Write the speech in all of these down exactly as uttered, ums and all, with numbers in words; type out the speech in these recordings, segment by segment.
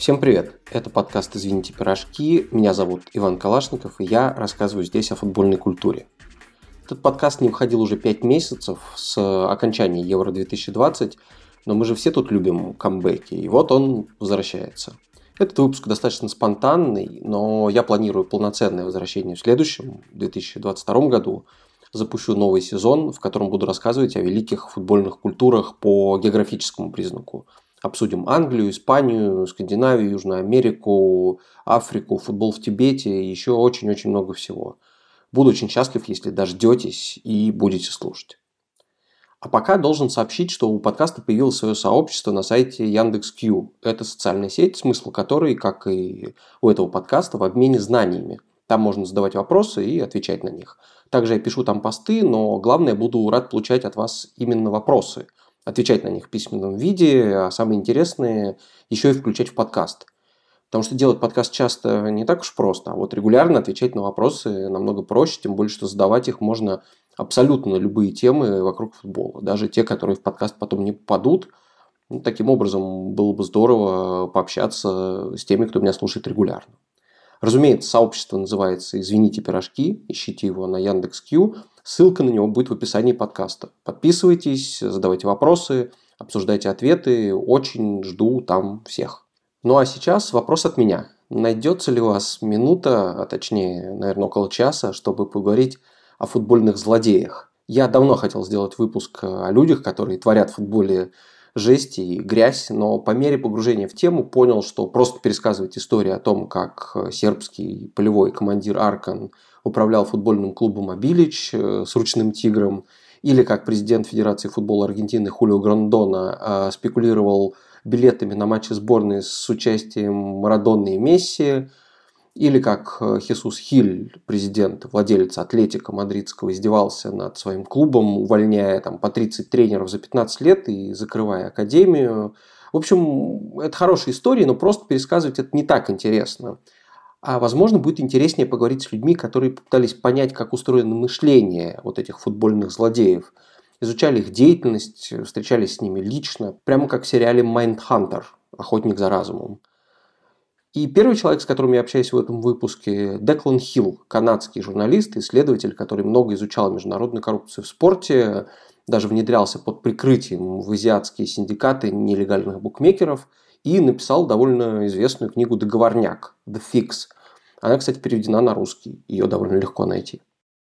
Всем привет! Это подкаст «Извините, пирожки». Меня зовут Иван Калашников, и я рассказываю здесь о футбольной культуре. Этот подкаст не выходил уже пять месяцев с окончания Евро две тысячи двадцать, но мы же все тут любим камбэки, и вот он возвращается. Этот выпуск достаточно спонтанный, но я планирую полноценное возвращение в следующем, две тысячи двадцать втором году. Запущу новый сезон, в котором буду рассказывать о великих футбольных культурах по географическому признаку. Обсудим Англию, Испанию, Скандинавию, Южную Америку, Африку, футбол в Тибете и еще очень-очень много всего. Буду очень счастлив, если дождетесь и будете слушать. А пока должен сообщить, что у подкаста появилось свое сообщество на сайте Яндекс.Кью. Это социальная сеть, смысл которой, как и у этого подкаста, в обмене знаниями. Там можно задавать вопросы и отвечать на них. Также я пишу там посты, но главное, буду рад получать от вас именно вопросы. Отвечать на них в письменном виде, а самые интересные еще и включать в подкаст. Потому что делать подкаст часто не так уж просто, а вот регулярно отвечать на вопросы намного проще, тем более, что задавать их можно абсолютно на любые темы вокруг футбола, даже те, которые в подкаст потом не попадут. Ну, таким образом, было бы здорово пообщаться с теми, кто меня слушает регулярно. Разумеется, сообщество называется «Извините, пирожки», ищите его на Яндекс.Кью, ссылка на него будет в описании подкаста. Подписывайтесь, задавайте вопросы, обсуждайте ответы, очень жду там всех. Ну а сейчас вопрос от меня. Найдется ли у вас минута, а точнее, наверное, около часа, чтобы поговорить о футбольных злодеях? Я давно хотел сделать выпуск о людях, которые творят в футболе жесть и грязь, но по мере погружения в тему понял, что просто пересказывать историю о том, как сербский полевой командир Аркан управлял футбольным клубом Абилич с ручным тигром, или как президент Федерации футбола Аргентины Хулио Грандона спекулировал билетами на матчи сборной с участием Марадоны и Месси, или как Хесус Хиль, президент, владелец Атлетико мадридского, издевался над своим клубом, увольняя там, по тридцать тренеров за пятнадцать лет и закрывая академию. В общем, это хорошая история, но просто пересказывать это не так интересно. А возможно, будет интереснее поговорить с людьми, которые попытались понять, как устроено мышление вот этих футбольных злодеев. Изучали их деятельность, встречались с ними лично, прямо как в сериале «Майндхантер. Охотник за разумом». И первый человек, с которым я общаюсь в этом выпуске, Деклан Хилл, канадский журналист, исследователь, который много изучал международную коррупцию в спорте, даже внедрялся под прикрытием в азиатские синдикаты нелегальных букмекеров и написал довольно известную книгу «Договорняк» «The Fix». Она, кстати, переведена на русский, ее довольно легко найти.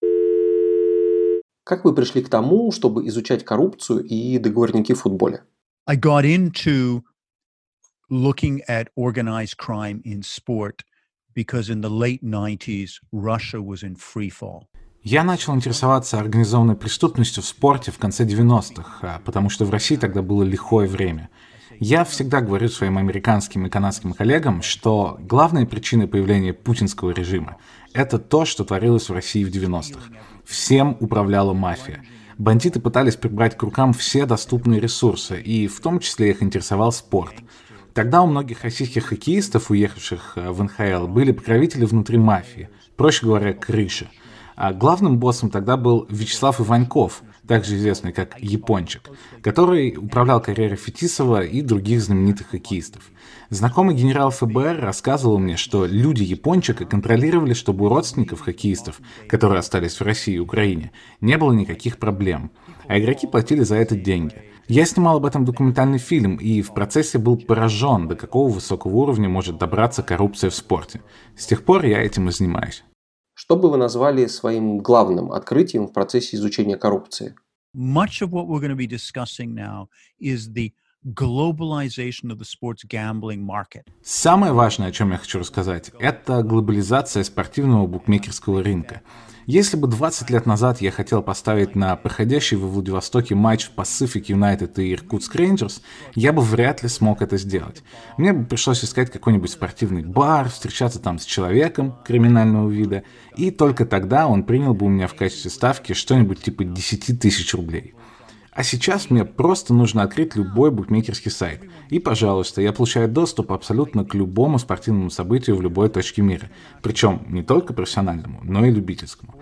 Как вы пришли к тому, чтобы изучать коррупцию и договорники в футболе? I got into looking at organized crime in sport because in the late nineties Russia was in free fall. Я начал интересоваться организованной преступностью в спорте в конце девяностых, потому что в России тогда было лихое время. Я всегда говорю своим американским и канадским коллегам, что главной причиной появления путинского режима – это то, что творилось в России в девяностых. Всем управляла мафия. Бандиты пытались прибрать к рукам все доступные ресурсы, и в том числе их интересовал спорт. Тогда у многих российских хоккеистов, уехавших в эн ха эл, были покровители внутри мафии, проще говоря, крыши. А главным боссом тогда был Вячеслав Иваньков, также известный как Япончик, который управлял карьерой Фетисова и других знаменитых хоккеистов. Знакомый генерал эф бэ эр рассказывал мне, что люди Япончика контролировали, чтобы у родственников хоккеистов, которые остались в России и Украине, не было никаких проблем, а игроки платили за это деньги. Я снимал об этом документальный фильм и в процессе был поражен, до какого высокого уровня может добраться коррупция в спорте. С тех пор я этим и занимаюсь. Что бы вы назвали своим главным открытием в процессе изучения коррупции? Much of what we're going to be discussing now is the globalization of the sports gambling market. Самое важное, о чем я хочу рассказать, это глобализация спортивного букмекерского рынка. Если бы двадцать лет назад я хотел поставить на проходящий во Владивостоке матч Pacific United и Иркутск Рейнджерс, я бы вряд ли смог это сделать. Мне бы пришлось искать какой-нибудь спортивный бар, встречаться там с человеком криминального вида, и только тогда он принял бы у меня в качестве ставки что-нибудь типа десять тысяч рублей. А сейчас мне просто нужно открыть любой букмекерский сайт. И, пожалуйста, я получаю доступ абсолютно к любому спортивному событию в любой точке мира. Причем не только профессиональному, но и любительскому.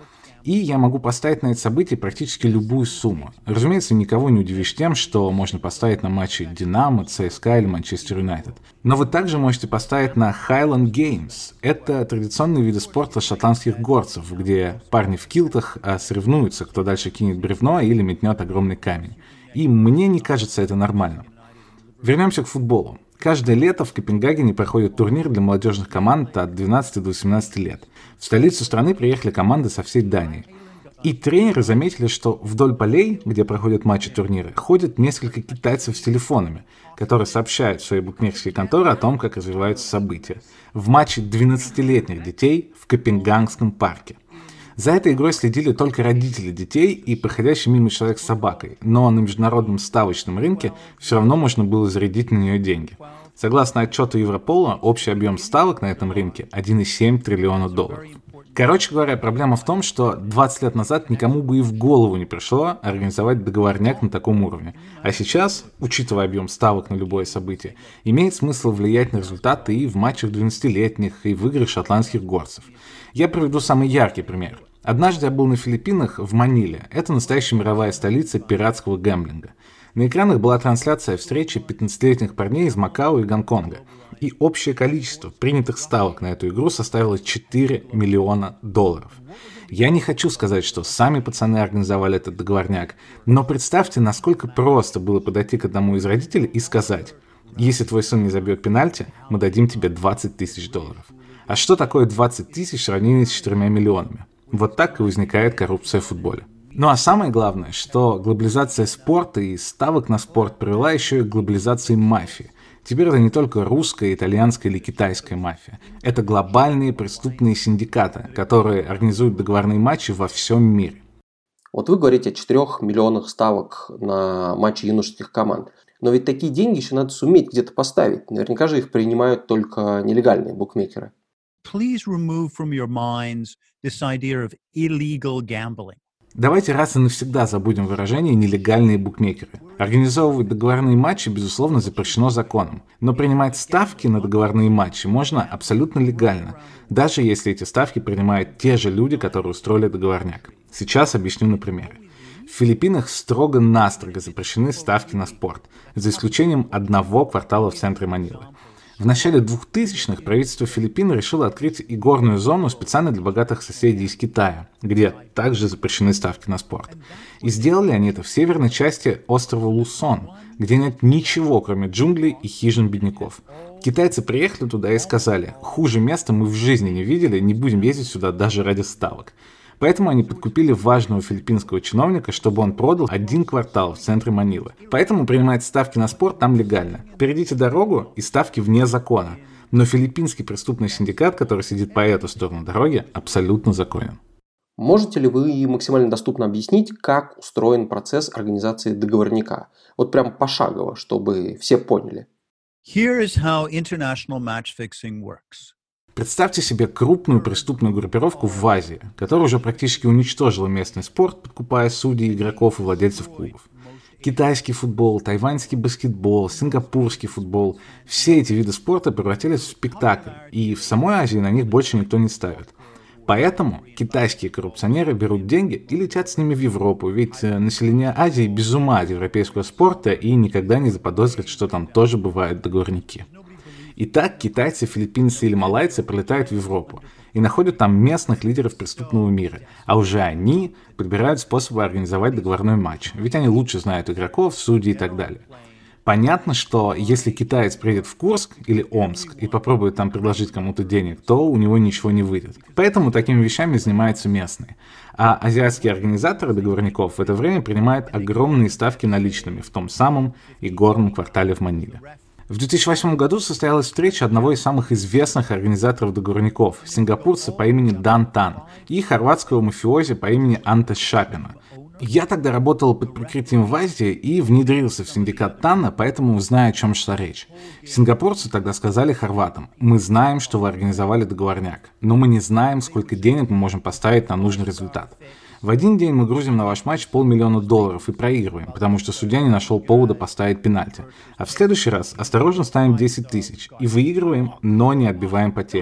И я могу поставить на это событие практически любую сумму. Разумеется, никого не удивишь тем, что можно поставить на матчи Динамо, ЦСКА или Манчестер Юнайтед. Но вы также можете поставить на Highland Games. Это традиционные виды спорта шотландских горцев, где парни в килтах соревнуются, кто дальше кинет бревно или метнет огромный камень. И мне не кажется это нормальным. Вернемся к футболу. Каждое лето в Копенгагене проходит турнир для молодежных команд от двенадцати до восемнадцати лет. В столицу страны приехали команды со всей Дании. И тренеры заметили, что вдоль полей, где проходят матчи турнира, ходят несколько китайцев с телефонами, которые сообщают в свои букмекерские конторы о том, как развиваются события. В матче двенадцатилетних детей в Копенгагенском парке. За этой игрой следили только родители детей и проходящий мимо человек с собакой, но на международном ставочном рынке все равно можно было зарядить на нее деньги. Согласно отчету Европола, общий объем ставок на этом рынке один целых семь десятых триллиона долларов. Короче говоря, проблема в том, что двадцать лет назад никому бы и в голову не пришло организовать договорняк на таком уровне. А сейчас, учитывая объем ставок на любое событие, имеет смысл влиять на результаты и в матчах двенадцатилетних, и в играх шотландских горцев. Я приведу самый яркий пример. Однажды я был на Филиппинах, в Маниле. Это настоящая мировая столица пиратского гэмблинга. На экранах была трансляция встречи пятнадцатилетних парней из Макао и Гонконга. И общее количество принятых ставок на эту игру составило четыре миллиона долларов. Я не хочу сказать, что сами пацаны организовали этот договорняк, но представьте, насколько просто было подойти к одному из родителей и сказать: если твой сын не забьет пенальти, мы дадим тебе двадцать тысяч долларов. А что такое двадцать тысяч в сравнении с четырьмя миллионами? Вот так и возникает коррупция в футболе. Ну а самое главное, что глобализация спорта и ставок на спорт привела еще и к глобализации мафии. Теперь это не только русская, итальянская или китайская мафия. Это глобальные преступные синдикаты, которые организуют договорные матчи во всем мире. Вот вы говорите о четырёх миллионах ставок на матчи юношеских команд. Но ведь такие деньги еще надо суметь где-то поставить. Наверняка же их принимают только нелегальные букмекеры. Please remove from your minds this idea of illegal gambling. Давайте раз и навсегда забудем выражение «нелегальные букмекеры». Организовывать договорные матчи, безусловно, запрещено законом. Но принимать ставки на договорные матчи можно абсолютно легально, даже если эти ставки принимают те же люди, которые устроили договорняк. Сейчас объясню на примере. В Филиппинах строго-настрого запрещены ставки на спорт, за исключением одного квартала в центре Манилы. В начале двухтысячных правительство Филиппин решило открыть игорную зону специально для богатых соседей из Китая, где также запрещены ставки на спорт. И сделали они это в северной части острова Лусон, где нет ничего, кроме джунглей и хижин бедняков. Китайцы приехали туда и сказали: хуже места мы в жизни не видели, не будем ездить сюда даже ради ставок. Поэтому они подкупили важного филиппинского чиновника, чтобы он продал один квартал в центре Манилы. Поэтому принимать ставки на спорт там легально. Перейдите дорогу, и ставки вне закона. Но филиппинский преступный синдикат, который сидит по эту сторону дороги, абсолютно законен. Можете ли вы максимально доступно объяснить, как устроен процесс организации договорняка? Вот прям пошагово, чтобы все поняли. Here is how international match fixing works. Представьте себе крупную преступную группировку в Азии, которая уже практически уничтожила местный спорт, подкупая судей, игроков и владельцев клубов. Китайский футбол, тайваньский баскетбол, сингапурский футбол – все эти виды спорта превратились в спектакль, и в самой Азии на них больше никто не ставит. Поэтому китайские коррупционеры берут деньги и летят с ними в Европу, ведь население Азии без ума от европейского спорта и никогда не заподозрит, что там тоже бывают договорники. Итак, китайцы, филиппинцы или малайцы прилетают в Европу и находят там местных лидеров преступного мира, а уже они подбирают способы организовать договорной матч, ведь они лучше знают игроков, судей и так далее. Понятно, что если китаец приедет в Курск или Омск и попробует там предложить кому-то денег, то у него ничего не выйдет. Поэтому такими вещами занимаются местные. А азиатские организаторы договорников в это время принимают огромные ставки наличными в том самом игорном квартале в Маниле. В две тысячи восьмом году состоялась встреча одного из самых известных организаторов договорников, сингапурца по имени Дан Тан, и хорватского мафиози по имени Анте Шапина. Я тогда работал под прикрытием в Азии и внедрился в синдикат Тана, поэтому знаю, о чем шла речь. Сингапурцы тогда сказали хорватам: мы знаем, что вы организовали договорняк, но мы не знаем, сколько денег мы можем поставить на нужный результат. В один день мы грузим на ваш матч полмиллиона долларов и проигрываем, потому что судья не нашел повода поставить пенальти. А в следующий раз осторожно ставим десять тысяч и выигрываем, но не отбиваем потери.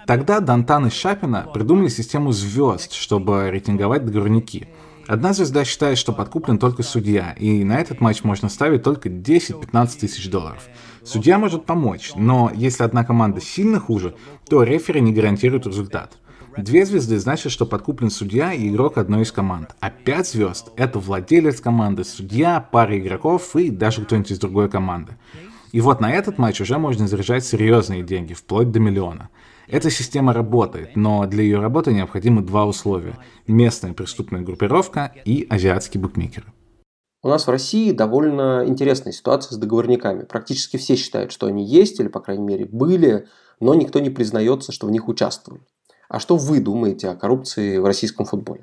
Тогда Дантан и Шапина придумали систему звезд, чтобы рейтинговать договорники. Одна звезда считает, что подкуплен только судья, и на этот матч можно ставить только десять-пятнадцать тысяч долларов. Судья может помочь, но если одна команда сильно хуже, то рефери не гарантирует результат. Две звезды значит, что подкуплен судья и игрок одной из команд, а пять звезд — это владелец команды, судья, пара игроков и даже кто-нибудь из другой команды. И вот на этот матч уже можно заряжать серьезные деньги, вплоть до миллиона. Эта система работает, но для ее работы необходимы два условия – местная преступная группировка и азиатские букмекеры. У нас в России довольно интересная ситуация с договорниками. Практически все считают, что они есть или, по крайней мере, были, но никто не признается, что в них участвовали. А что вы думаете о коррупции в российском футболе?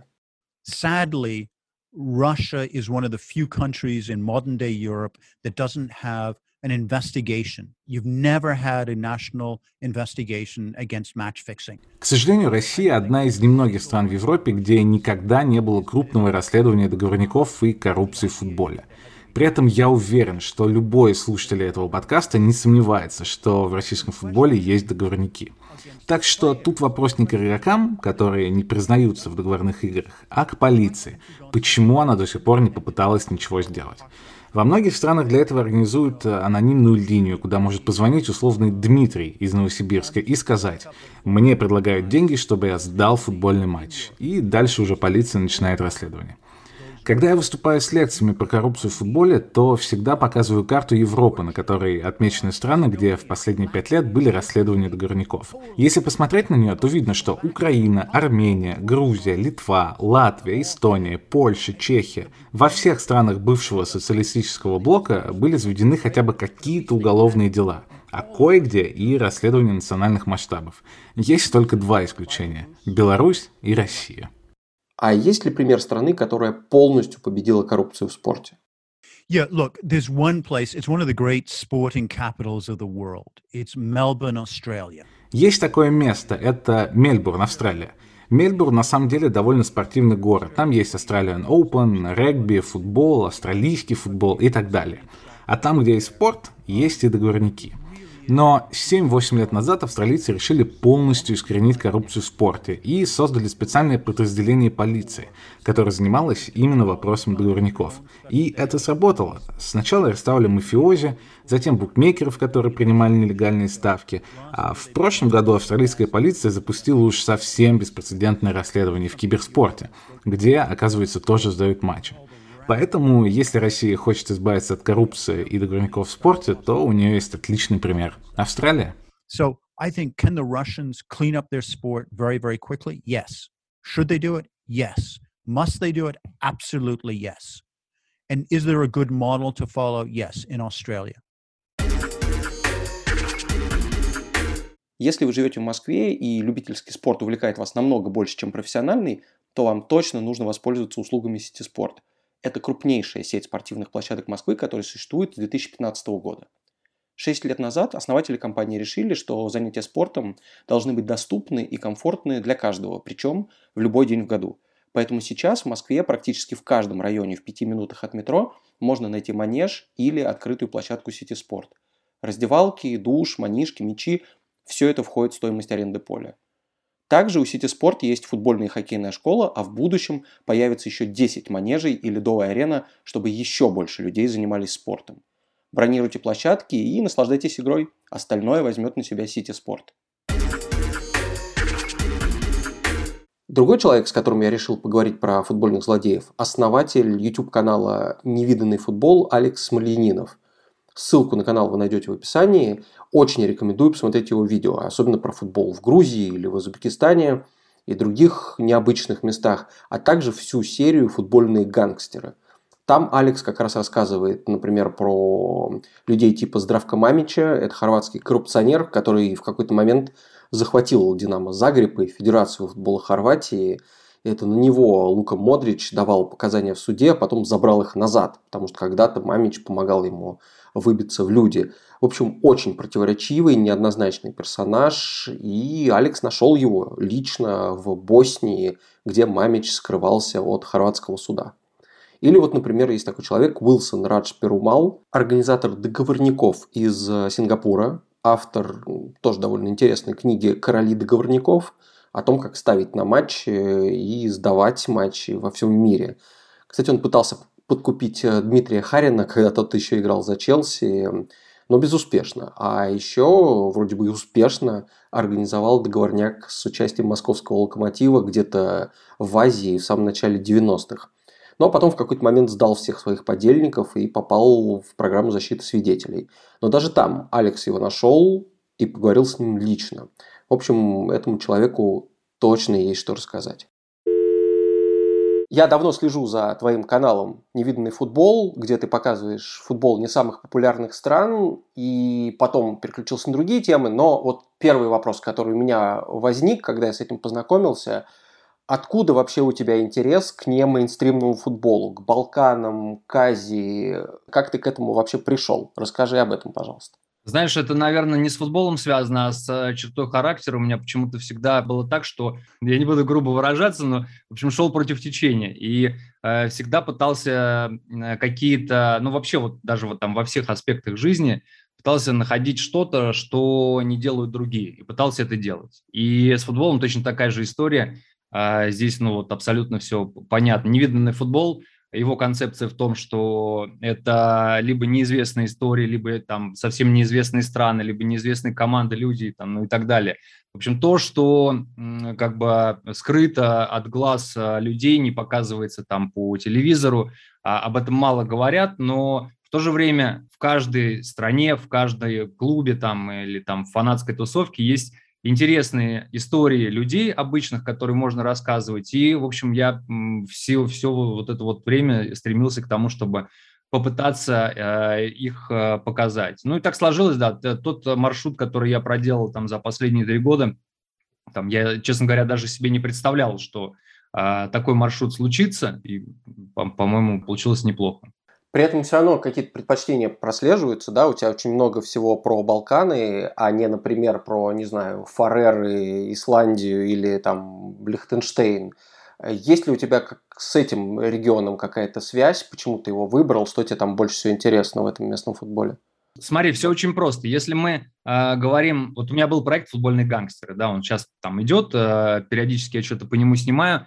Sadly, Russia is one of the few countries in modern-day Europe that doesn't have an investigation. You've never had a national investigation against match fixing. К сожалению, Россия одна из немногих стран в Европе, где никогда не было крупного расследования договорников и коррупции в футболе. При этом я уверен, что любой слушатель этого подкаста не сомневается, что в российском футболе есть договорники. Так что тут вопрос не к игрокам, которые не признаются в договорных играх, а к полиции. Почему она до сих пор не попыталась ничего сделать? Во многих странах для этого организуют анонимную линию, куда может позвонить условный Дмитрий из Новосибирска и сказать: «Мне предлагают деньги, чтобы я сдал футбольный матч». И дальше уже полиция начинает расследование. Когда я выступаю с лекциями про коррупцию в футболе, то всегда показываю карту Европы, на которой отмечены страны, где в последние пять лет были расследования договорников. Если посмотреть на нее, то видно, что Украина, Армения, Грузия, Литва, Латвия, Эстония, Польша, Чехия – во всех странах бывшего социалистического блока были заведены хотя бы какие-то уголовные дела, а кое-где и расследования национальных масштабов. Есть только два исключения – Беларусь и Россия. А есть ли пример страны, которая полностью победила коррупцию в спорте? Yeah, look, there's one place, it's one of the great sporting capitals of the world. It's Melbourne, Australia. Есть такое место, это Мельбурн, Австралия. Мельбурн на самом деле довольно спортивный город. Там есть Australian Open, регби, футбол, австралийский футбол и так далее. А там, где есть спорт, есть и договорники. Но семь-восемь лет назад австралийцы решили полностью искоренить коррупцию в спорте и создали специальное подразделение полиции, которое занималось именно вопросом договорников. И это сработало. Сначала арестовали мафиози, затем букмекеров, которые принимали нелегальные ставки. А в прошлом году австралийская полиция запустила уж совсем беспрецедентное расследование в киберспорте, где, оказывается, тоже сдают матчи. Поэтому, если Россия хочет избавиться от коррупции и договорников в спорте, то у нее есть отличный пример. Австралия. So I think, can the Russians clean up their sport very, very quickly? Yes. Should they do it? Yes. Must they do it? Absolutely yes. And is there a good model to follow? Yes, in Australia. Если вы живете в Москве и любительский спорт увлекает вас намного больше, чем профессиональный, то вам точно нужно воспользоваться услугами Сити-Спорт. Это крупнейшая сеть спортивных площадок Москвы, которая существует с две тысячи пятнадцатого года. Шесть лет назад основатели компании решили, что занятия спортом должны быть доступны и комфортны для каждого, причем в любой день в году. Поэтому сейчас в Москве практически в каждом районе в пяти минутах от метро можно найти манеж или открытую площадку Сити-Спорт. Раздевалки, душ, манишки, мячи – все это входит в стоимость аренды поля. Также у Сити-Спорт есть футбольная и хоккейная школа, а в будущем появится еще десять манежей и ледовая арена, чтобы еще больше людей занимались спортом. Бронируйте площадки и наслаждайтесь игрой. Остальное возьмет на себя Сити-Спорт. Другой человек, с которым я решил поговорить про футбольных злодеев, основатель YouTube-канала «Невиданный футбол» Алекс Смольянинов. Ссылку на канал вы найдете в описании. Очень рекомендую посмотреть его видео, особенно про футбол в Грузии или в Узбекистане и других необычных местах, а также всю серию «Футбольные гангстеры». Там Алекс как раз рассказывает, например, про людей типа Здравка Мамича. Это хорватский коррупционер, который в какой-то момент захватил Динамо Загреб и Федерацию футбола Хорватии. Это на него Лука Модрич давал показания в суде, а потом забрал их назад, потому что когда-то Мамич помогал ему выбиться в люди. В общем, очень противоречивый, неоднозначный персонаж, и Алекс нашел его лично в Боснии, где Мамич скрывался от хорватского суда. Или вот, например, есть такой человек Уилсон Радж Перумал, организатор договорников из Сингапура, автор тоже довольно интересной книги «Короли договорников» о том, как ставить на матчи и сдавать матчи во всем мире. Кстати, он пытался подкупить Дмитрия Харина, когда тот еще играл за Челси, но безуспешно. А еще, вроде бы и успешно, организовал договорняк с участием московского «Локомотива» где-то в Азии в самом начале девяностых. Но потом в какой-то момент сдал всех своих подельников и попал в программу защиты свидетелей. Но даже там Алекс его нашел и поговорил с ним лично. В общем, этому человеку точно есть что рассказать. Я давно слежу за твоим каналом «Невиданный футбол», где ты показываешь футбол не самых популярных стран, и потом переключился на другие темы. Но вот первый вопрос, который у меня возник, когда я с этим познакомился – откуда вообще у тебя интерес к немейнстримному футболу, к Балканам, к Азии? Как ты к этому вообще пришел? Расскажи об этом, пожалуйста. Знаешь, это, наверное, не с футболом связано, а с чертой характера. У меня почему-то всегда было так, что, я не буду грубо выражаться, но, в общем, шел против течения. И э, всегда пытался какие-то, ну, вообще, вот даже вот там во всех аспектах жизни, пытался находить что-то, что не делают другие. И пытался это делать. И с футболом точно такая же история. А здесь, ну, вот абсолютно все понятно. Невиданный футбол, его концепция в том, что это либо неизвестные истории, либо там совсем неизвестные страны, либо неизвестные команды, люди, там, ну и так далее. В общем, то, что как бы скрыто от глаз людей, не показывается там по телевизору, об этом мало говорят, но в то же время в каждой стране, в каждой клубе там или там фанатской тусовке есть интересные истории людей обычных, которые можно рассказывать. И, в общем, я все, все вот это вот время стремился к тому, чтобы попытаться э, их э, показать. Ну и так сложилось, да, тот маршрут, который я проделал там за последние три года, там, я, честно говоря, даже себе не представлял, что э, такой маршрут случится, и, по- по-моему, получилось неплохо. При этом все равно какие-то предпочтения прослеживаются, да, у тебя очень много всего про Балканы, а не, например, про, не знаю, Фареры, Исландию или там Лихтенштейн. Есть ли у тебя с этим регионом какая-то связь, почему ты его выбрал, что тебе там больше всего интересно в этом местном футболе? Смотри, все очень просто. Если мы э, говорим, вот у меня был проект «Футбольные гангстеры», да, он сейчас там идет, э, периодически я что-то по нему снимаю.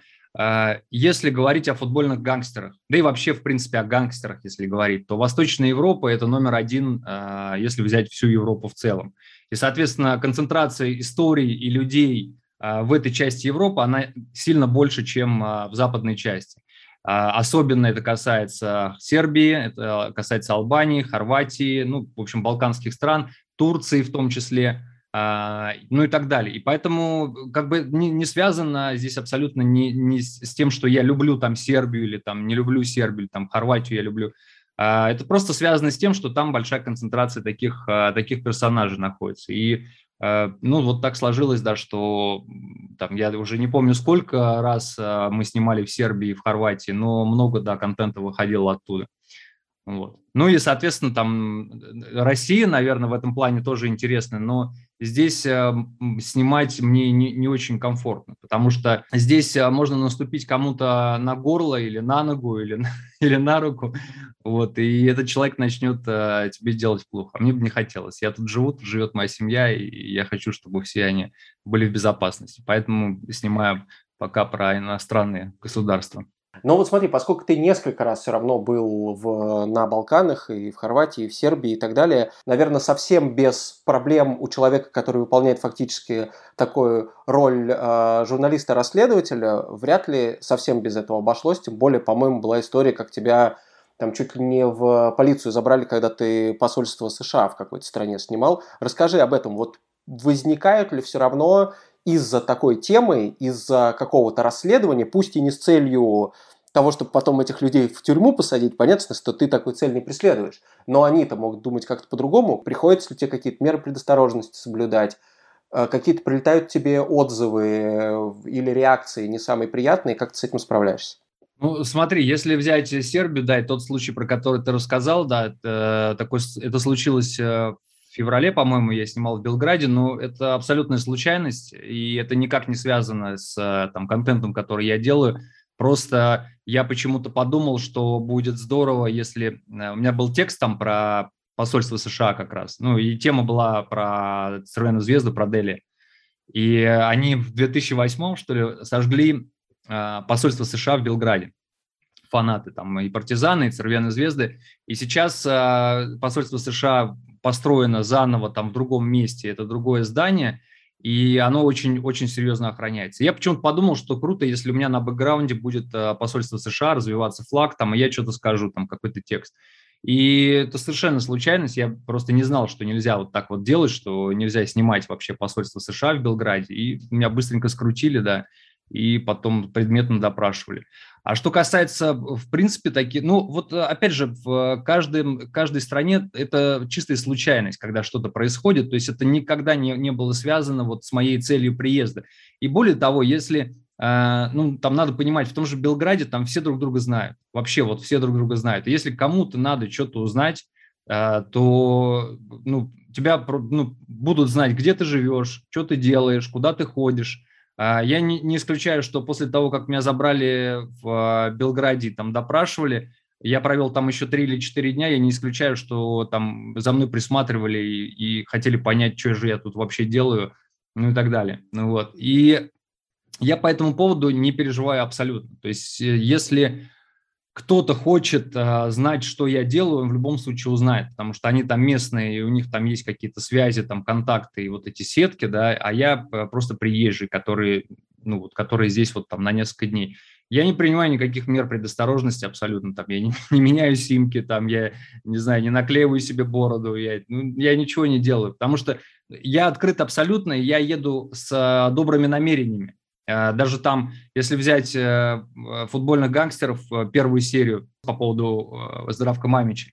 Если говорить о футбольных гангстерах, да и вообще, в принципе, о гангстерах, если говорить, то Восточная Европа – это номер один, если взять всю Европу в целом. И, соответственно, концентрация историй и людей в этой части Европы, она сильно больше, чем в западной части. Особенно это касается Сербии, это касается Албании, Хорватии, ну, в общем, балканских стран, Турции в том числе. Ну и так далее. И поэтому как бы не, не связано здесь абсолютно не, не с тем, что я люблю там Сербию или там не люблю Сербию, или там Хорватию я люблю. Это просто связано с тем, что там большая концентрация таких, таких персонажей находится. И ну вот так сложилось, да, что там я уже не помню, сколько раз мы снимали в Сербии и в Хорватии, но много, да, контента выходило оттуда. Вот. Ну и, соответственно, там Россия, наверное, в этом плане тоже интересна, но здесь э, снимать мне не, не очень комфортно, потому что здесь э, можно наступить кому-то на горло или на ногу, или, или на руку, вот, и этот человек начнет э, тебе делать плохо. А мне бы не хотелось. Я тут живу, тут живет моя семья, и я хочу, чтобы все они были в безопасности. Поэтому снимаю пока про иностранные государства. Но вот смотри, поскольку ты несколько раз все равно был в, на Балканах, и в Хорватии, и в Сербии, и так далее, наверное, совсем без проблем у человека, который выполняет фактически такую роль э, журналиста-расследователя, вряд ли совсем без этого обошлось. Тем более, по-моему, была история, как тебя там чуть ли не в полицию забрали, когда ты посольство США в какой-то стране снимал. Расскажи об этом. Вот возникают ли все равно из-за такой темы, из-за какого-то расследования, пусть и не с целью того, чтобы потом этих людей в тюрьму посадить, понятно, что ты такой цель не преследуешь, но они-то могут думать как-то по-другому, приходится ли тебе какие-то меры предосторожности соблюдать, какие-то прилетают тебе отзывы или реакции не самые приятные, как ты с этим справляешься? Ну, смотри, если взять Сербию, да, и тот случай, про который ты рассказал, да, это, такой, это случилось в феврале, по-моему, я снимал в Белграде, но это абсолютная случайность, и это никак не связано с там, контентом, который я делаю. Просто я почему-то подумал, что будет здорово, если... У меня был текст там про посольства США как раз. Ну, и тема была про Цервену звезду, про Дели. И они в две тысячи восьмом, что ли, сожгли э, посольство США в Белграде. Фанаты там и партизаны, и Цервены звезды. И сейчас э, посольство США построено заново там в другом месте. Это другое здание. И оно очень-очень серьезно охраняется. Я почему-то подумал, что круто, если у меня на бэкграунде будет э, посольство США, развиваться флаг, там, и я что-то скажу, там, какой-то текст. И это совершенно случайность. Я просто не знал, что нельзя вот так вот делать, что нельзя снимать вообще посольство США в Белграде. И меня быстренько скрутили, да, и потом предметно допрашивали. А что касается, в принципе, такие, ну, вот опять же, в каждой, каждой стране это чистая случайность, когда что-то происходит, то есть это никогда не, не было связано вот с моей целью приезда. И более того, если, э, ну, там надо понимать, в том же Белграде там все друг друга знают, вообще вот все друг друга знают. И если кому-то надо что-то узнать, э, то, ну, тебя, ну, будут знать, где ты живешь, что ты делаешь, куда ты ходишь. Я не, не исключаю, что после того, как меня забрали в Белграде, там допрашивали, я провел там еще три или четыре дня, я не исключаю, что там за мной присматривали и, и хотели понять, что же я тут вообще делаю, ну и так далее. Ну, вот. И я по этому поводу не переживаю абсолютно. То есть если кто-то хочет а, знать, что я делаю, он в любом случае узнает, потому что они там местные, и у них там есть какие-то связи, там контакты и вот эти сетки, да, а я просто приезжий, который, ну, вот, который здесь вот там на несколько дней. Я не принимаю никаких мер предосторожности абсолютно, там, я не, не меняю симки, там, я, не знаю, не наклеиваю себе бороду, я, ну, я ничего не делаю, потому что я открыт абсолютно, и я еду с а, добрыми намерениями. Даже там, если взять футбольных гангстеров, первую серию по поводу Здравка Мамича,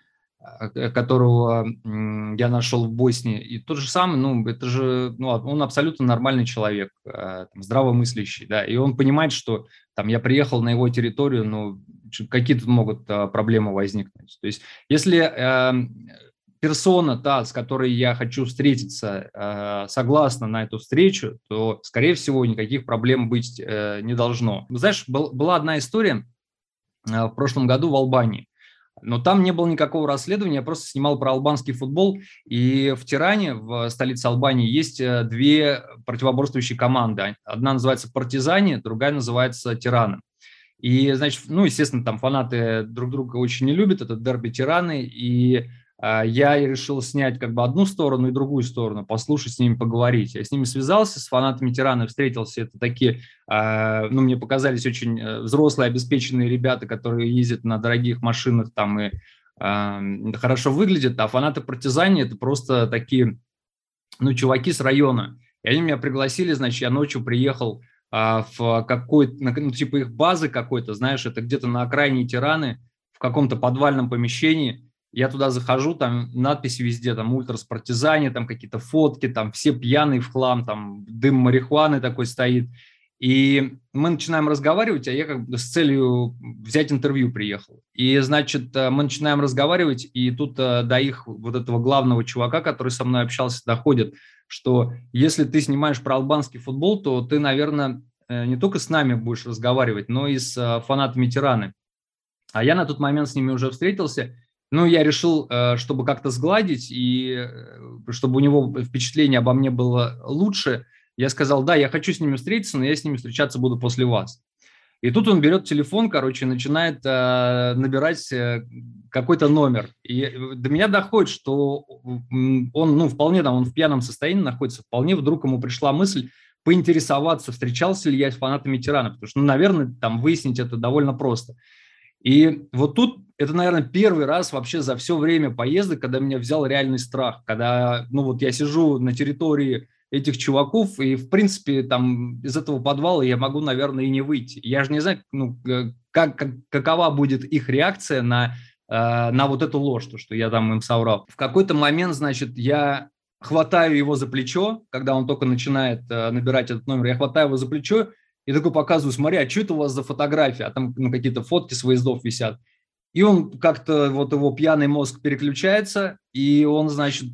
которого я нашел в Боснии, и тот же самый, ну, это же, ну, он абсолютно нормальный человек, там, здравомыслящий, да, и он понимает, что там я приехал на его территорию, ну, какие тут могут проблемы возникнуть. То есть, если персона, та, с которой я хочу встретиться, э, согласна на эту встречу, то, скорее всего, никаких проблем быть э, не должно. Знаешь, был, была одна история э, в прошлом году в Албании, но там не было никакого расследования, я просто снимал про албанский футбол, и в Тиране, в столице Албании, есть две противоборствующие команды. Одна называется «Партизане», другая называется «Тираны». И, значит, ну, естественно, там фанаты друг друга очень не любят, это дерби Тираны, и я решил снять как бы одну сторону и другую сторону, послушать с ними, поговорить. Я с ними связался, с фанатами Тираны встретился. Это такие, ну, мне показались очень взрослые, обеспеченные ребята, которые ездят на дорогих машинах там и хорошо выглядят. А фанаты Партизани – это просто такие, ну, чуваки с района. И они меня пригласили, значит, я ночью приехал в какой-то, ну, типа их базы какой-то, знаешь, это где-то на окраине Тираны, в каком-то подвальном помещении. Я туда захожу, там надписи везде, там ультрас партизане, там какие-то фотки, там все пьяные в хлам, там дым марихуаны такой стоит. И мы начинаем разговаривать, а я как бы с целью взять интервью приехал. И, значит, мы начинаем разговаривать, и тут до их вот этого главного чувака, который со мной общался, доходит, что если ты снимаешь про албанский футбол, то ты, наверное, не только с нами будешь разговаривать, но и с фанатами Тираны. А я на тот момент с ними уже встретился. Ну, я решил, чтобы как-то сгладить, и чтобы у него впечатление обо мне было лучше, я сказал, да, я хочу с ними встретиться, но я с ними встречаться буду после вас. И тут он берет телефон, короче, начинает набирать какой-то номер. И до меня доходит, что он, ну, вполне там, он в пьяном состоянии находится, вполне вдруг ему пришла мысль поинтересоваться, встречался ли я с фанатами Тираны, потому что, ну, наверное, там выяснить это довольно просто. И вот тут это, наверное, первый раз вообще за все время поездок, когда меня взял реальный страх, когда, ну, вот я сижу на территории этих чуваков, и, в принципе, там из этого подвала я могу, наверное, и не выйти. Я же не знаю, ну, как, как, какова будет их реакция на, э, на вот эту ложь, то, что я там им соврал. В какой-то момент, значит, я хватаю его за плечо, когда он только начинает э, набирать этот номер, я хватаю его за плечо и такой показываю, смотри, а что это у вас за фотография? А там, ну, какие-то фотки с выездов висят. И он как-то, вот его пьяный мозг переключается, и он, значит,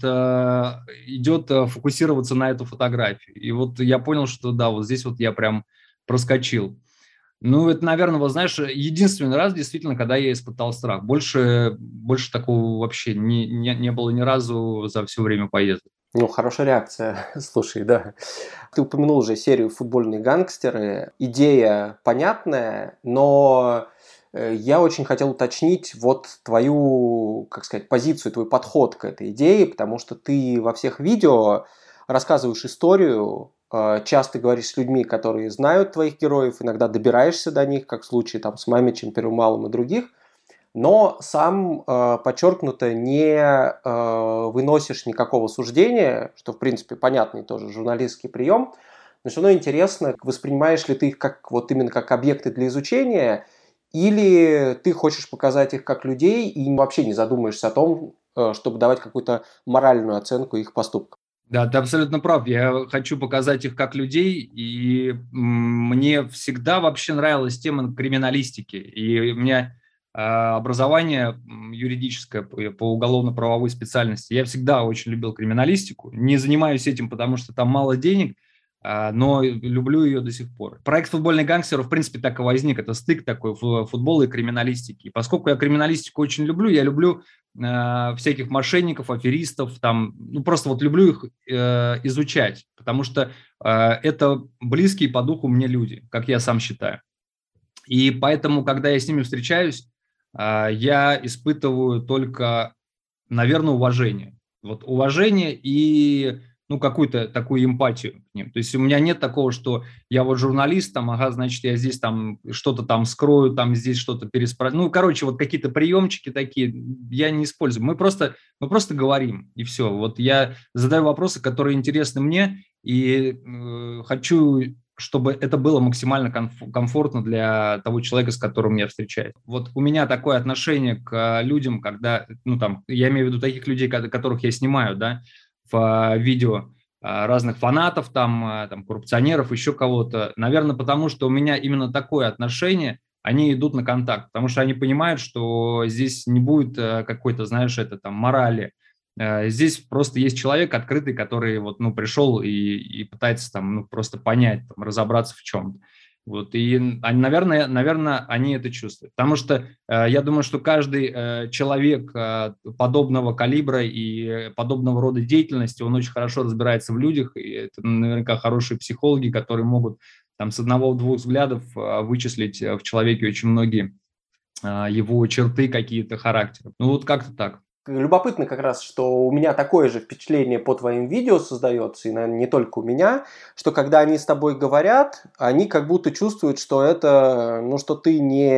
идет фокусироваться на эту фотографию. И вот я понял, что да, вот здесь вот я прям проскочил. Ну, это, наверное, вот знаешь, единственный раз действительно, когда я испытал страх. Больше, больше такого вообще не, не, не было ни разу за все время поездок. Ну, хорошая реакция. Слушай, да. Ты упомянул уже серию «Футбольные гангстеры». Идея понятная, но я очень хотел уточнить вот твою, как сказать, позицию, твой подход к этой идее, потому что ты во всех видео рассказываешь историю, часто говоришь с людьми, которые знают твоих героев, иногда добираешься до них, как в случае там, с Мамичем, Перумалом и других, но сам э, подчеркнуто не э, выносишь никакого суждения, что в принципе понятный тоже журналистский прием, но все равно интересно, воспринимаешь ли ты их как, вот именно как объекты для изучения, или ты хочешь показать их как людей и вообще не задумаешься о том, э, чтобы давать какую-то моральную оценку их поступкам. Да, ты абсолютно прав. Я хочу показать их как людей, и мне всегда вообще нравилась тема криминалистики. И у меня образование юридическое по уголовно-правовой специальности. Я всегда очень любил криминалистику. Не занимаюсь этим, потому что там мало денег, но люблю ее до сих пор. Проект «Футбольный гангстер» в принципе так и возник. Это стык такой футбола и криминалистики. И поскольку я криминалистику очень люблю, я люблю э, всяких мошенников, аферистов, там, ну просто вот люблю их э, изучать, потому что э, это близкие по духу мне люди, как я сам считаю. И поэтому, когда я с ними встречаюсь, э, я испытываю только, наверное, уважение. Вот уважение и ну, какую-то такую эмпатию к ним. То есть у меня нет такого, что я вот журналист, там, ага, значит, я здесь там что-то там скрою, там здесь что-то переспросить. Ну, короче, вот какие-то приемчики такие я не использую. Мы просто, мы просто говорим, и все. Вот я задаю вопросы, которые интересны мне, и э, хочу, чтобы это было максимально комфортно для того человека, с которым я встречаюсь. Вот у меня такое отношение к людям, когда, ну, там, я имею в виду таких людей, которых я снимаю, да, в видео разных фанатов, там, там, коррупционеров, еще кого-то. Наверное, потому что у меня именно такое отношение, они идут на контакт, потому что они понимают, что здесь не будет какой-то, знаешь, это там морали. Здесь просто есть человек открытый, который вот, ну, пришел и, и пытается там, ну, просто понять, там, разобраться в чем-то. Вот, и, наверное, наверное, они это чувствуют. Потому что э, я думаю, что каждый э, человек э, подобного калибра и подобного рода деятельности, он очень хорошо разбирается в людях, и это наверняка хорошие психологи, которые могут там, с одного-двух взглядов э, вычислить в человеке очень многие э, его черты какие-то характера. Ну вот как-то так. Любопытно как раз, что у меня такое же впечатление по твоим видео создается, и, наверное, не только у меня, что когда они с тобой говорят, они как будто чувствуют, что это, ну, что ты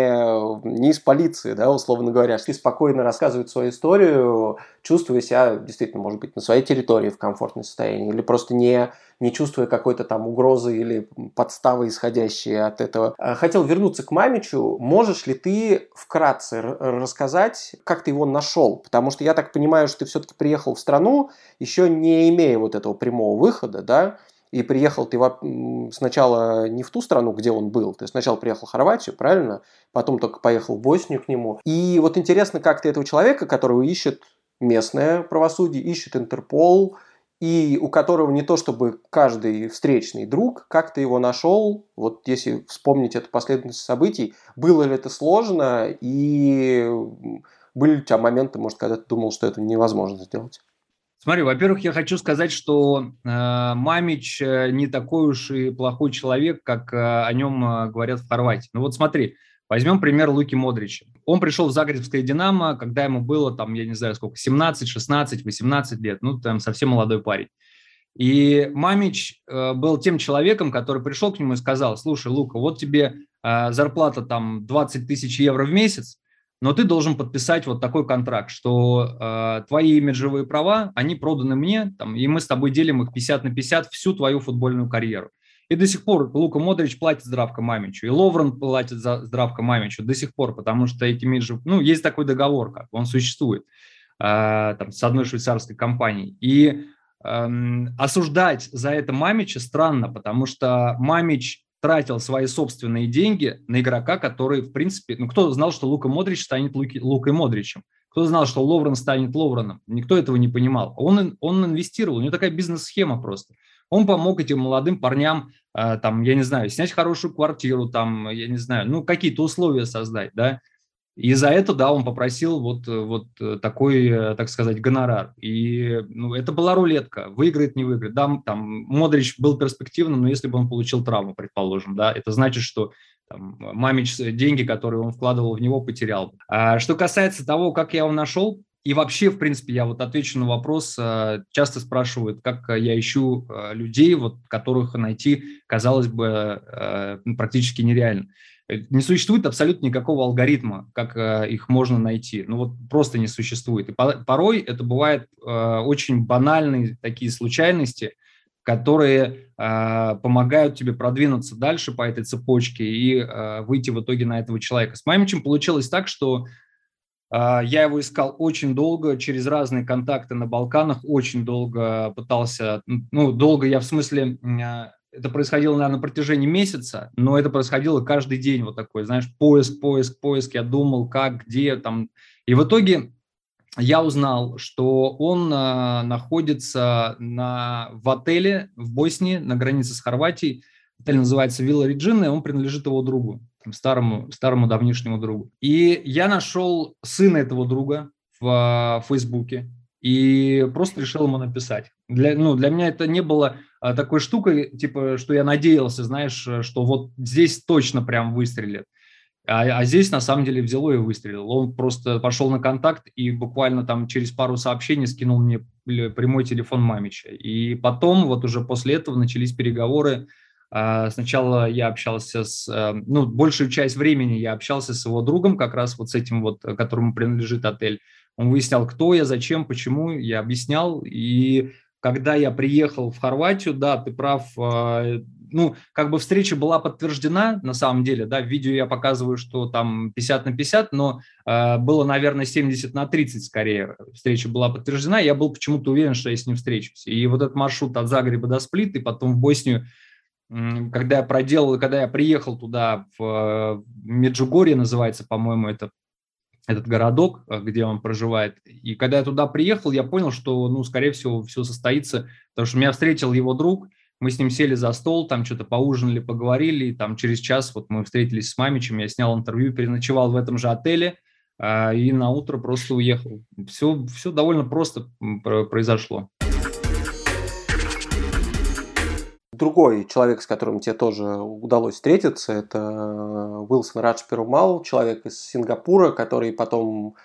не, не из полиции, да, условно говоря, что ты спокойно рассказывают свою историю, чувствуя себя, действительно, может быть, на своей территории в комфортном состоянии, или просто не, не чувствуя какой-то там угрозы или подставы, исходящей от этого. Хотел вернуться к Мамичу. Можешь ли ты вкратце рассказать, как ты его нашел? Потому что я так понимаю, что ты все-таки приехал в страну, еще не имея вот этого прямого выхода, да, и приехал ты сначала не в ту страну, где он был, ты сначала приехал в Хорватию, правильно? Потом только поехал в Боснию к нему. И вот интересно, как ты этого человека, которого ищет местное правосудие, ищет Интерпол, и у которого не то чтобы каждый встречный друг, как ты его нашел, вот если вспомнить эту последовательность событий, было ли это сложно, и были ли у тебя моменты, может, когда ты думал, что это невозможно сделать? Смотри, во-первых, я хочу сказать, что э, Мамич не такой уж и плохой человек, как э, о нем э, говорят в Хорватии. Ну вот смотри, возьмем пример Луки Модрича. Он пришел в Загребское «Динамо», когда ему было, там, я не знаю сколько, семнадцать, шестнадцать, восемнадцать лет, ну, там, совсем молодой парень. И Мамич э, был тем человеком, который пришел к нему и сказал: слушай, Лука, вот тебе э, зарплата там двадцать тысяч евро в месяц, но ты должен подписать вот такой контракт, что э, твои имиджевые права, они проданы мне, там, и мы с тобой делим их пятьдесят на пятьдесят всю твою футбольную карьеру. И до сих пор Лука Модрич платит Здравко Мамичу, и Ловрен платит за Здравко Мамичу до сих пор, потому что эти имиджи, ну, есть такой договор, как он существует э, там, с одной швейцарской компанией. И э, осуждать за это Мамича странно, потому что Мамич тратил свои собственные деньги на игрока, который, в принципе, ну, кто знал, что Лука Модрич станет Луки, Лукой Модричем? Кто знал, что Ловрен станет Ловреном? Никто этого не понимал. Он, он инвестировал, у него такая бизнес-схема просто. Он помог этим молодым парням, там, я не знаю, снять хорошую квартиру, там, я не знаю, ну, какие-то условия создать, да. И за это, да, он попросил вот, вот такой, так сказать, гонорар. И ну, это была рулетка. Выиграет, не выиграет. Да, там Модрич был перспективным, но если бы он получил травму, предположим, да, это значит, что там, Мамич деньги, которые он вкладывал в него, потерял. А что касается того, как я его нашел, и вообще, в принципе, я вот отвечу на вопрос, часто спрашивают, как я ищу людей, вот, которых найти, казалось бы, практически нереально. Не существует абсолютно никакого алгоритма, как э, их можно найти. Ну вот просто не существует. И по- порой это бывают э, очень банальные такие случайности, которые э, помогают тебе продвинуться дальше по этой цепочке и э, выйти в итоге на этого человека. С Мамичем получилось так, что э, я его искал очень долго, через разные контакты на Балканах, очень долго пытался, ну, долго я в смысле... Э, Это происходило, наверное, на протяжении месяца, но это происходило каждый день, вот такой, знаешь, поиск, поиск, поиск. Я думал, как, где там. И в итоге я узнал, что он э, находится на, в отеле в Боснии, на границе с Хорватией. Отель называется Вилла Реджина, и он принадлежит его другу, старому, старому давнишнему другу. И я нашел сына этого друга в, в Фейсбуке. И просто решил ему написать. Для, ну, для меня это не было а, такой штукой, типа, что я надеялся, знаешь, что вот здесь точно прям выстрелит. А, а здесь на самом деле взяло и выстрелил. Он просто пошел на контакт и буквально там через пару сообщений скинул мне прямой телефон Мамича. И потом, вот уже после этого начались переговоры. А, сначала я общался с... Ну, большую часть времени я общался с его другом, как раз вот с этим вот, которому принадлежит отель. Он выяснял, кто я, зачем, почему, я объяснял. И когда я приехал в Хорватию, да, ты прав, ну, как бы встреча была подтверждена, на самом деле, да, в видео я показываю, что там пятьдесят на пятьдесят, но было, наверное, семьдесят на тридцать скорее. Встреча была подтверждена, я был почему-то уверен, что я с ним встречусь. И вот этот маршрут от Загреба до Сплита и потом в Боснию, когда я проделал, когда я приехал туда, в Меджугорье называется, по-моему, это этот городок, где он проживает. И когда я туда приехал, я понял, что, ну, скорее всего, все состоится, потому что меня встретил его друг, мы с ним сели за стол, там что-то поужинали, поговорили, и там через час вот мы встретились с Мамичем, я снял интервью, переночевал в этом же отеле, и на утро просто уехал. Все, все довольно просто произошло. Другой человек, с которым тебе тоже удалось встретиться, это Уилсон Радж Перумал, человек из Сингапура, который потом,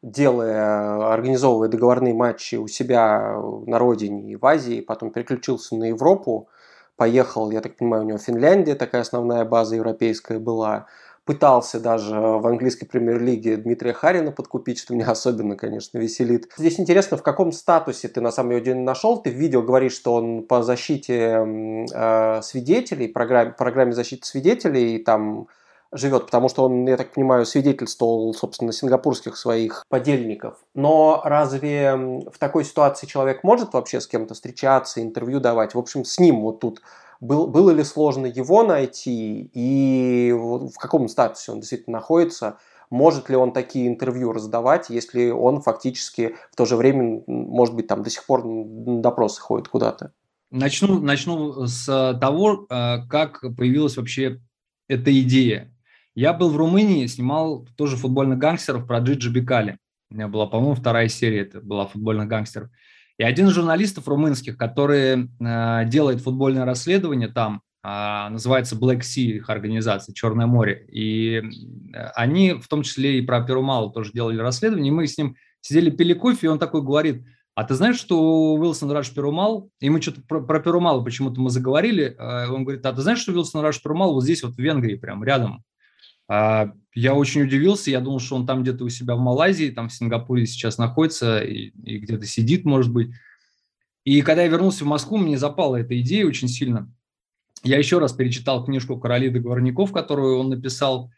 делая, организовывая договорные матчи у себя на родине и в Азии, потом переключился на Европу, поехал, я так понимаю, у него Финляндия, такая основная база европейская была, пытался даже в английской премьер-лиге Дмитрия Харина подкупить, что меня особенно, конечно, веселит. Здесь интересно, в каком статусе ты на самом деле нашел. Ты в видео говоришь, что он по защите э, свидетелей, программе, программе защиты свидетелей там живет, потому что он, я так понимаю, свидетельствовал, собственно, сингапурских своих подельников. Но разве в такой ситуации человек может вообще с кем-то встречаться, интервью давать? В общем, с ним вот тут Был, было ли сложно его найти и в каком статусе он действительно находится? Может ли он такие интервью раздавать, если он фактически в то же время, может быть, там до сих пор на допросы ходит куда-то? Начну, начну с того, как появилась вообще эта идея. Я был в Румынии, снимал тоже футбольных гангстеров про Джиджи Бекали. У меня была, по-моему, вторая серия, это была футбольных гангстеров. И один из журналистов румынских, который э, делает футбольное расследование там, э, называется Black Sea, их организация, Черное море. И они, в том числе и про Перумала, тоже делали расследование. И мы с ним сидели, пили кофе, и он такой говорит: а ты знаешь, что Уилсон Радж Перумал, и мы что-то про, про Перумала почему-то мы заговорили, э, он говорит: а ты знаешь, что Уилсон Радж Перумал вот здесь вот в Венгрии, прям рядом? Uh, я очень удивился, я думал, что он там где-то у себя в Малайзии, там в Сингапуре сейчас находится и, и где-то сидит, может быть. И когда я вернулся в Москву, мне запала эта идея очень сильно. Я еще раз перечитал книжку «Короли договорников», которую он написал,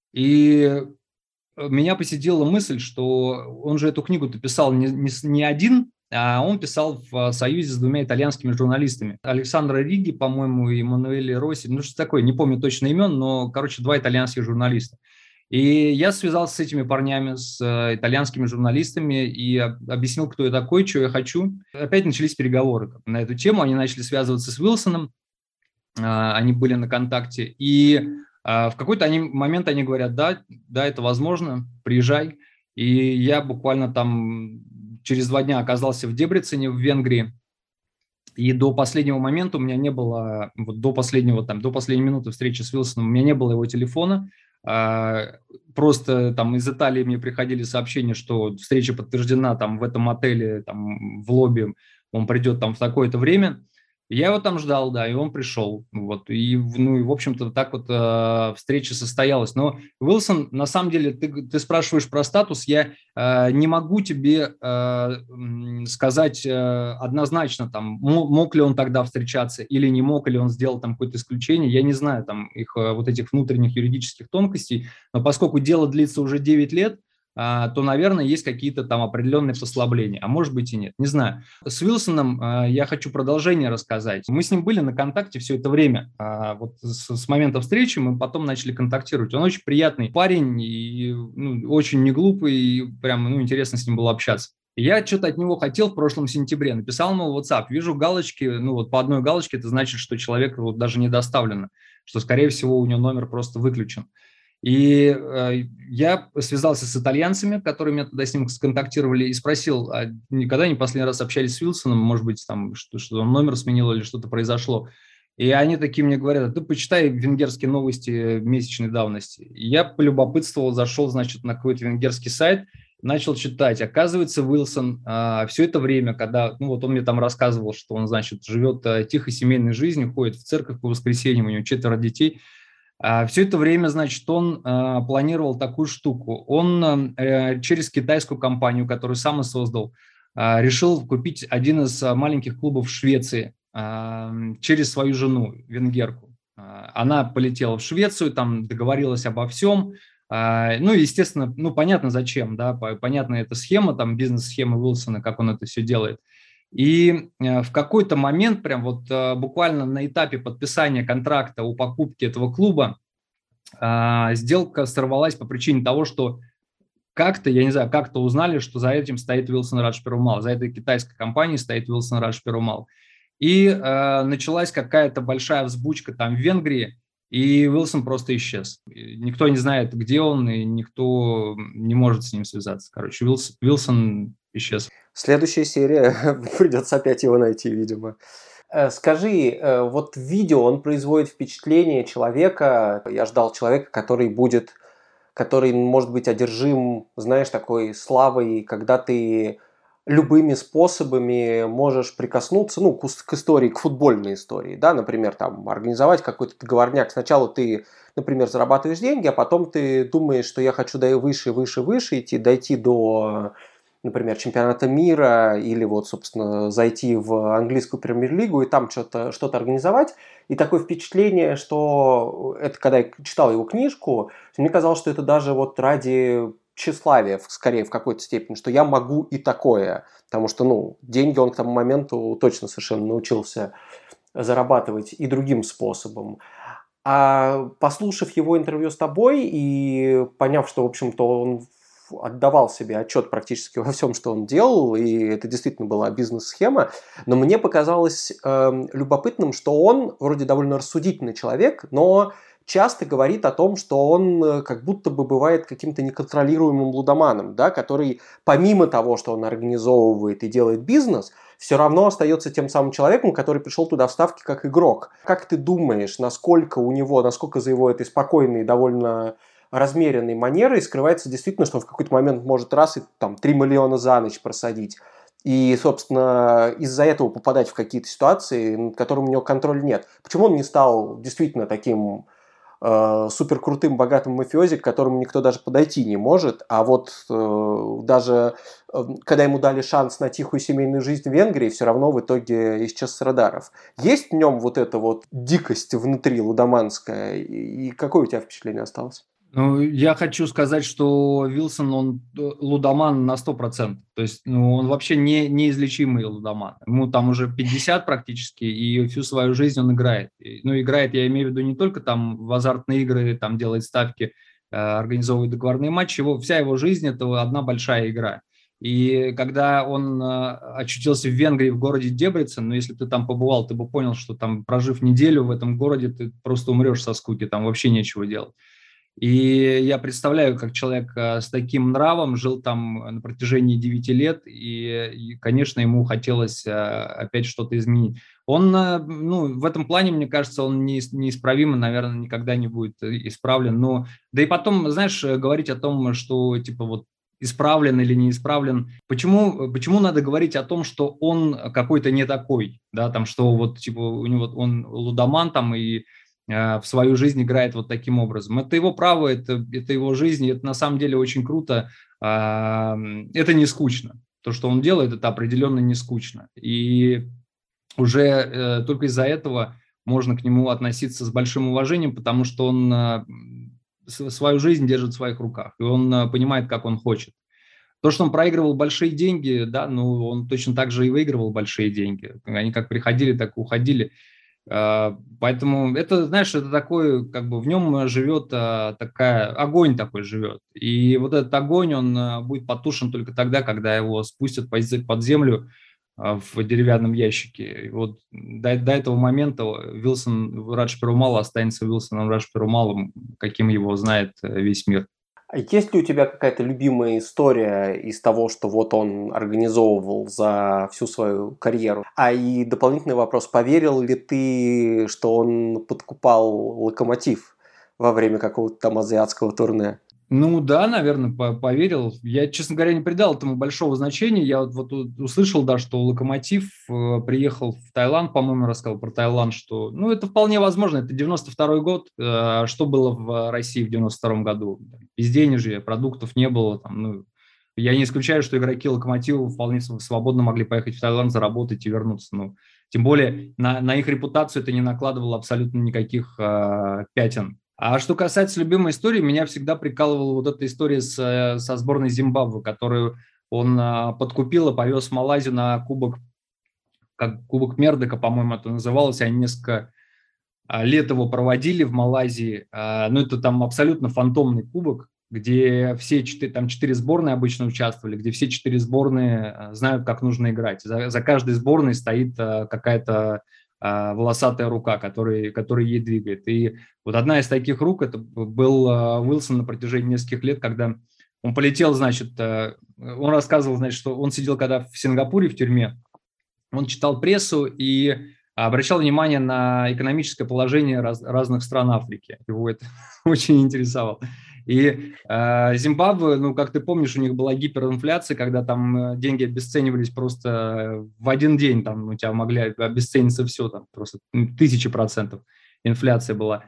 и меня посетила мысль, что он же эту книгу-то писал не, не, не один, а он писал в союзе с двумя итальянскими журналистами. Александро Риги, по-моему, и Эммануэле Росси. Ну, что такое, не помню точно имен, но, короче, два итальянских журналиста. И я связался с этими парнями, с э, итальянскими журналистами и об- объяснил, кто я такой, что я хочу. Опять начались переговоры как бы на эту тему. Они начали связываться с Уилсоном, э, они были на контакте. И э, в какой-то они, момент они говорят, да, да, это возможно, приезжай. И я буквально там через два дня оказался в Дебрецене, в Венгрии. И до последнего момента у меня не было, вот до последнего, там, до последней минуты встречи с Уилсоном у меня не было его телефона. А, Просто там из Италии мне приходили сообщения, что встреча подтверждена там в этом отеле, там в лобби, он придет там в такое-то время. Я его там ждал, да, и он пришел. Вот, и, ну, и в общем-то, так вот э, встреча состоялась. Но, Уилсон, на самом деле, ты, ты спрашиваешь про статус, я э, не могу тебе э, сказать э, однозначно, там, мог ли он тогда встречаться или не мог, или он сделал там какое-то исключение. Я не знаю там их э, вот этих внутренних юридических тонкостей, но поскольку дело длится уже девять лет, то, наверное, есть какие-то там определенные послабления, а может быть и нет, не знаю. С Уилсоном я хочу продолжение рассказать. Мы с ним были на контакте все это время. Вот с, с момента встречи мы потом начали контактировать. Он очень приятный парень, и, ну, очень неглупый, и прям, ну, интересно с ним было общаться. И я что-то от него хотел в прошлом сентябре, написал ему в WhatsApp, вижу галочки, ну вот по одной галочке это значит, что человек вот даже не доставлено, что, скорее всего, у него номер просто выключен. И э, я связался с итальянцами, которые меня тогда с ним сконтактировали, и спросил, а никогда не последний раз общались с Уилсоном, может быть, там, что, что он номер сменил или что-то произошло. И они такие мне говорят, ты почитай венгерские новости месячной давности. И я полюбопытствовал, зашел, значит, на какой-то венгерский сайт, начал читать. Оказывается, Уилсон а, все это время, когда, ну вот он мне там рассказывал, что он, значит, живет а, тихой семейной жизнью, ходит в церковь по воскресеньям, у него четверо детей. Все это время, значит, он э, планировал такую штуку. Он э, через китайскую компанию, которую сам и создал, э, решил купить один из маленьких клубов в Швеции э, через свою жену, венгерку. Э, она полетела в Швецию, там договорилась обо всем. Э, ну, естественно, ну, понятно зачем, да, понятна эта схема, там, бизнес-схема Уилсона, как он это все делает. И в какой-то момент, прям вот буквально на этапе подписания контракта о покупке этого клуба, сделка сорвалась по причине того, что как-то, я не знаю, как-то узнали, что за этим стоит Wilson Raj Perumal, за этой китайской компанией стоит Wilson Raj Perumal. И э, началась какая-то большая взбучка там в Венгрии, и Уилсон просто исчез. Никто не знает, где он, и никто не может с ним связаться. Короче, Уилсон, Уилсон исчез. Следующая серия, придется опять его найти, видимо. Скажи, вот видео, он производит впечатление человека, я ждал человека, который будет, который может быть одержим, знаешь, такой славой, когда ты любыми способами можешь прикоснуться, ну, к, к истории, к футбольной истории, да, например, там, организовать какой-то договорняк. Сначала ты, например, зарабатываешь деньги, а потом ты думаешь, что я хочу выше, выше, выше идти, дойти до, например, чемпионата мира или вот, собственно, зайти в английскую премьер-лигу и там что-то, что-то организовать. И такое впечатление, что это, когда я читал его книжку, мне казалось, что это даже вот ради тщеславия, скорее, в какой-то степени, что я могу и такое. Потому что, ну, деньги он к тому моменту точно совершенно научился зарабатывать и другим способом. А послушав его интервью с тобой и поняв, что, в общем-то, он отдавал себе отчет практически во всем, что он делал, и это действительно была бизнес-схема, но мне показалось э, любопытным, что он вроде довольно рассудительный человек, но часто говорит о том, что он как будто бы бывает каким-то неконтролируемым лудоманом, да, который помимо того, что он организовывает и делает бизнес, все равно остается тем самым человеком, который пришел туда в ставки как игрок. Как ты думаешь, насколько у него, насколько за его этой спокойной, довольно размеренной манерой скрывается действительно, что он в какой-то момент может раз и там три миллиона за ночь просадить. И, собственно, из-за этого попадать в какие-то ситуации, над которыми у него контроля нет. Почему он не стал действительно таким э, суперкрутым, богатым мафиози, к которому никто даже подойти не может, а вот э, даже э, когда ему дали шанс на тихую семейную жизнь в Венгрии, все равно в итоге исчез с радаров. Есть в нем вот эта вот дикость внутри лудоманская, и какое у тебя впечатление осталось? Ну, я хочу сказать, что Уилсон, он лудоман на сто процентов. То есть, ну, он вообще не, неизлечимый лудоман. Ему там уже пятьдесят практически, и всю свою жизнь он играет. Ну, играет, я имею в виду, не только там в азартные игры, там делает ставки организовывает договорные матчи. Его, вся его жизнь – это одна большая игра. И когда он очутился в Венгрии, в городе Дебрецен, ну, если ты там побывал, ты бы понял, что там, прожив неделю в этом городе, ты просто умрешь со скуки, там вообще нечего делать. И я представляю, как человек с таким нравом жил там на протяжении девяти лет, и, и конечно, ему хотелось опять что-то изменить. Он, ну, в этом плане, мне кажется, он не, неисправимо, наверное, никогда не будет исправлен. Но, да и потом, знаешь, говорить о том, что, типа, вот, исправлен или не исправлен. Почему, почему надо говорить о том, что он какой-то не такой, да, там, что вот, типа, у него он лудоман там и в свою жизнь играет вот таким образом. Это его право, это, это его жизнь, и это на самом деле очень круто. Это не скучно. То, что он делает, это определенно не скучно. И уже только из-за этого можно к нему относиться с большим уважением, потому что он свою жизнь держит в своих руках, и он понимает, как он хочет. То, что он проигрывал большие деньги, да, ну, он точно так же и выигрывал большие деньги. Они как приходили, так и уходили. Поэтому это, знаешь, это такой, как бы в нем живет такая, огонь такой живет. И вот этот огонь, он будет потушен только тогда, когда его спустят под землю в деревянном ящике. И вот до, до этого момента Вилсон Радж Перумал останется Вилсоном Радж Перумалом, каким его знает весь мир. А есть ли у тебя какая-то любимая история из того, что вот он организовывал за всю свою карьеру? А и дополнительный вопрос, поверил ли ты, что он подкупал Локомотив во время какого-то там азиатского турне? Ну да, наверное, поверил. Я, честно говоря, не придал этому большого значения. Я вот, вот услышал, да, что Локомотив э, приехал в Таиланд, по-моему, рассказал про Таиланд, что, ну, это вполне возможно. Это девяносто второй год. Э, что было в России в девяносто втором году? Безденежье, продуктов не было. Там, ну, я не исключаю, что игроки Локомотива вполне свободно могли поехать в Таиланд, заработать и вернуться. Ну, тем более на, на их репутацию это не накладывало абсолютно никаких э, пятен. А что касается любимой истории, меня всегда прикалывала вот эта история с, со сборной Зимбабве, которую он а, подкупил и повез в Малайзию на кубок, как кубок Мердока, по-моему, это называлось. Они несколько а, лет его проводили в Малайзии. А, ну, это там абсолютно фантомный кубок, где все четыре, там четыре сборные обычно участвовали, где все четыре сборные а, знают, как нужно играть. За, за каждой сборной стоит а, какая-то волосатая рука, который, который ей двигает. И вот одна из таких рук, это был Уилсон на протяжении нескольких лет, когда он полетел, значит, он рассказывал, значит, что он сидел когда в Сингапуре в тюрьме, он читал прессу и обращал внимание на экономическое положение раз, разных стран Африки. Его это очень интересовало. И э, Зимбабве, ну, как ты помнишь, у них была гиперинфляция, когда там деньги обесценивались просто в один день, там у тебя могли обесцениться все, там просто тысячи процентов инфляция была.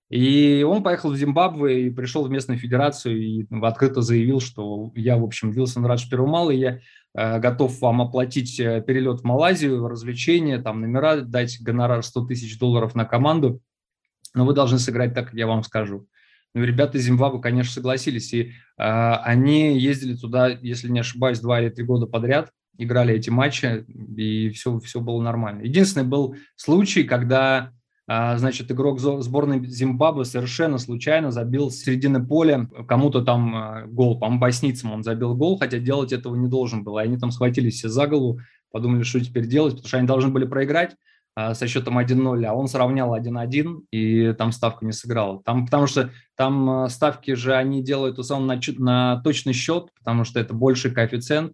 И он поехал в Зимбабве и пришел в местную федерацию и открыто заявил, что я, в общем, Вилсон Радж Перумал, и я э, готов вам оплатить перелет в Малайзию, развлечения, там номера, дать гонорар сто тысяч долларов на команду, но вы должны сыграть так, как я вам скажу. Ну, ребята из Зимбабве, конечно, согласились, и э, они ездили туда, если не ошибаюсь, два или три года подряд, играли эти матчи, и все, все было нормально. Единственный был случай, когда, э, значит, игрок сборной Зимбабве совершенно случайно забил с середины поля кому-то там э, гол, по-моему, боснийцам он забил гол, хотя делать этого не должен был, и они там схватились все за голову, подумали, что теперь делать, потому что они должны были проиграть со счетом один ноль, а он сравнял один один, и там ставка не сыграла. Там, потому что там ставки же они делают в основном на, на точный счет, потому что это больший коэффициент,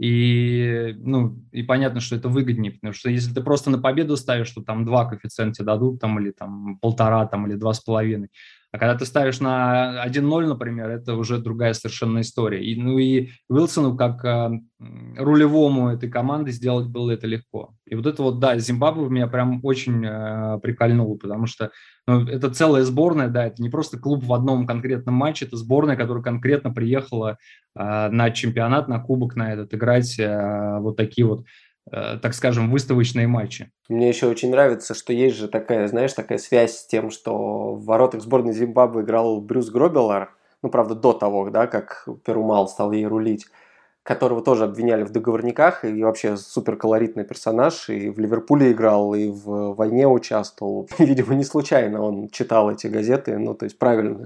и, ну, и понятно, что это выгоднее, потому что если ты просто на победу ставишь, что там два коэффициента дадут, там, или там полтора, там, или два с половиной. А когда ты ставишь на один ноль, например, это уже другая совершенно история. И, ну и Уилсону, как э, рулевому этой команды, сделать было это легко. И вот это вот, да, Зимбабве меня прям очень э, прикольнуло, потому что ну, это целая сборная, да, это не просто клуб в одном конкретном матче, это сборная, которая конкретно приехала э, на чемпионат, на кубок на этот, играть э, вот такие вот, так скажем, выставочные матчи. Мне еще очень нравится, что есть же такая, знаешь, такая связь с тем, что в воротах сборной Зимбабве играл Брюс Гробелар, ну, правда, до того, да, как Перумал стал ей рулить, которого тоже обвиняли в договорниках, и вообще суперколоритный персонаж, и в Ливерпуле играл, и в войне участвовал. Видимо, не случайно он читал эти газеты, ну, то есть правильно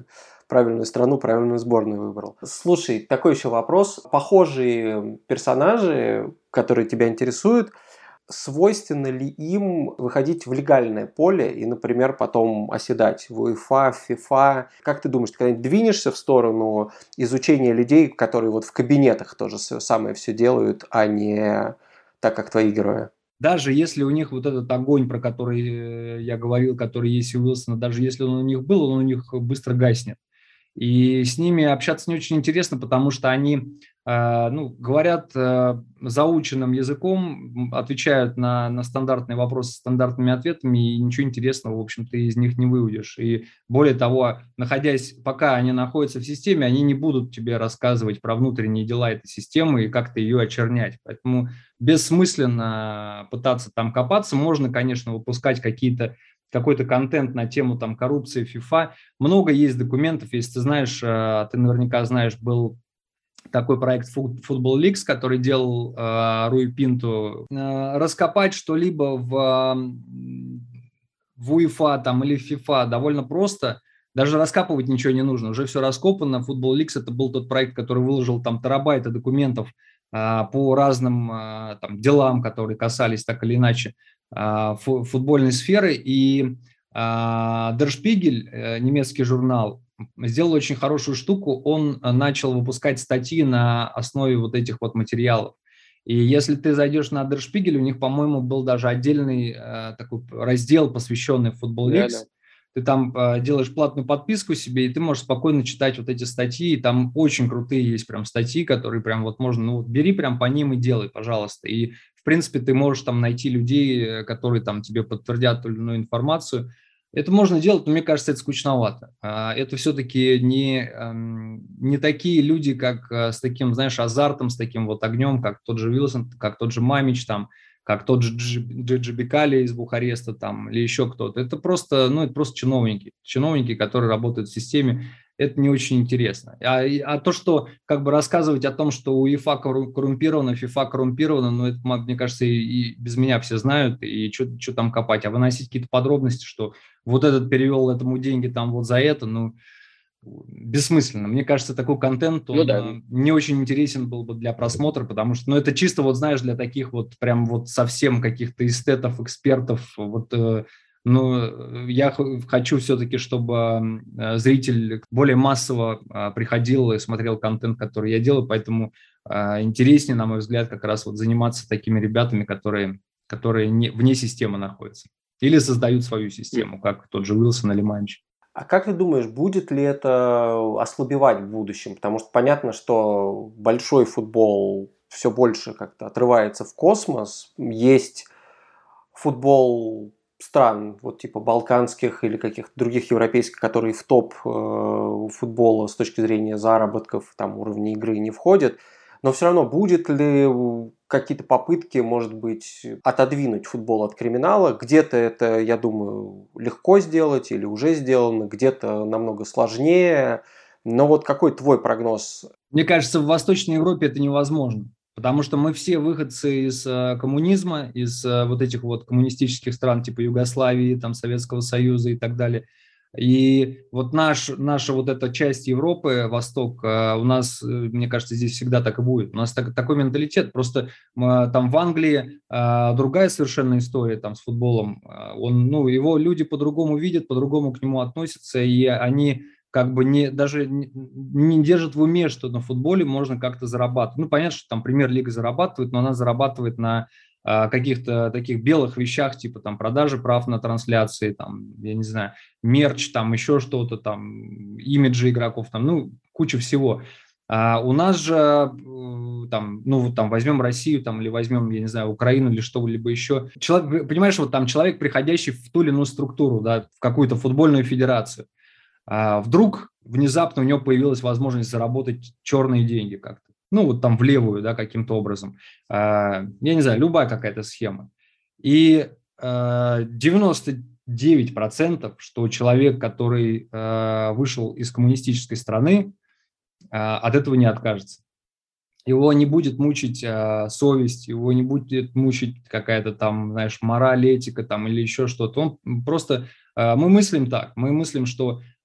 правильную страну, правильную сборную выбрал. Слушай, такой еще вопрос. Похожие персонажи, которые тебя интересуют, свойственно ли им выходить в легальное поле и, например, потом оседать в УЕФА, в ФИФА? Как ты думаешь, ты когда-нибудь двинешься в сторону изучения людей, которые вот в кабинетах тоже самое все делают, а не так, как твои герои? Даже если у них вот этот огонь, про который я говорил, который есть у Уилсона, даже если он у них был, он у них быстро гаснет. И с ними общаться не очень интересно, потому что они э, ну, говорят э, заученным языком, отвечают на, на стандартные вопросы стандартными ответами, и ничего интересного, в общем, ты из них не выудишь. И более того, находясь, пока они находятся в системе, они не будут тебе рассказывать про внутренние дела этой системы и как-то ее очернять. Поэтому бессмысленно пытаться там копаться. Можно, конечно, выпускать какие-то какой-то контент на тему там коррупции, FIFA. Много есть документов, если ты знаешь, ты наверняка знаешь, был такой проект Football Leaks, который делал э, Руи Пинто. Э, раскопать что-либо в, в УЕФА там, или в FIFA довольно просто. Даже раскапывать ничего не нужно, уже все раскопано. Football Leaks – это был тот проект, который выложил там терабайты документов э, по разным э, там, делам, которые касались так или иначе футбольной сферы, и Der Spiegel, немецкий журнал, сделал очень хорошую штуку, он начал выпускать статьи на основе вот этих вот материалов. И если ты зайдешь на Der Spiegel, у них, по-моему, был даже отдельный такой раздел, посвященный Football Leaks. Да, да. Ты там делаешь платную подписку себе, и ты можешь спокойно читать вот эти статьи, и там очень крутые есть прям статьи, которые прям вот можно, ну вот бери прям по ним и делай, пожалуйста. И в принципе ты можешь там найти людей, которые там тебе подтвердят ту или иную информацию. Это можно делать, но мне кажется, это скучновато. Это все-таки не, не такие люди, как с таким, знаешь, азартом, с таким вот огнем, как тот же Уилсон, как тот же Мамич там, как тот же Джиджи Бекали из Бухареста там, или еще кто-то. Это просто, ну, это просто чиновники. Чиновники, которые работают в системе. Это не очень интересно. А, а то, что как бы рассказывать о том, что УЕФА коррумпирована, ФИФА коррумпирована, ну, это, мне кажется, и, и без меня все знают, и что там копать. А выносить какие-то подробности, что вот этот перевел этому деньги там вот за это, ну, бессмысленно. Мне кажется, такой контент, он ну, да. не очень интересен был бы для просмотра, потому что, ну, это чисто, вот знаешь, для таких вот прям вот совсем каких-то эстетов, экспертов, вот, э, ну, я хочу все-таки, чтобы зритель более массово э, приходил и смотрел контент, который я делаю, поэтому э, интереснее, на мой взгляд, как раз вот заниматься такими ребятами, которые, которые не, вне системы находятся или создают свою систему, как тот же Уилсон или Манч. А как ты думаешь, будет ли это ослабевать в будущем? Потому что понятно, что большой футбол все больше как-то отрывается в космос. Есть футбол стран, вот типа балканских или каких-то других европейских, которые в топ э, футбола с точки зрения заработков, там, уровня игры не входят. Но все равно будет ли какие-то попытки, может быть, отодвинуть футбол от криминала? Где-то это, я думаю, легко сделать или уже сделано, где-то намного сложнее. Но вот какой твой прогноз? Мне кажется, в Восточной Европе это невозможно, потому что мы все выходцы из коммунизма, из вот этих вот коммунистических стран типа Югославии, там, Советского Союза и так далее. И вот наш, наша вот эта часть Европы, Восток, у нас, мне кажется, здесь всегда так и будет. У нас так, такой менталитет. Просто там в Англии другая совершенно история там с футболом. Он, ну, его люди по-другому видят, по-другому к нему относятся, и они как бы не, даже не, не держат в уме, что на футболе можно как-то зарабатывать. Ну, понятно, что там Премьер-лига зарабатывает, но она зарабатывает на каких-то таких белых вещах, типа там продажи прав на трансляции, там, я не знаю, мерч, там еще что-то, там, имиджи игроков, там, ну, куча всего. А у нас же, там, ну, вот там возьмем Россию, там, или возьмем, я не знаю, Украину или что-либо еще. Человек, понимаешь, вот там человек, приходящий в ту или иную структуру, да, в какую-то футбольную федерацию, а вдруг внезапно у него появилась возможность заработать черные деньги как-то. Ну, вот там в левую, да, каким-то образом. Я не знаю, любая какая-то схема. И девяносто девять процентов, что человек, который вышел из коммунистической страны, от этого не откажется. Его не будет мучить совесть, его не будет мучить какая-то там, знаешь, мораль, этика там или еще что-то. Он просто... Мы мыслим так, мы мыслим, что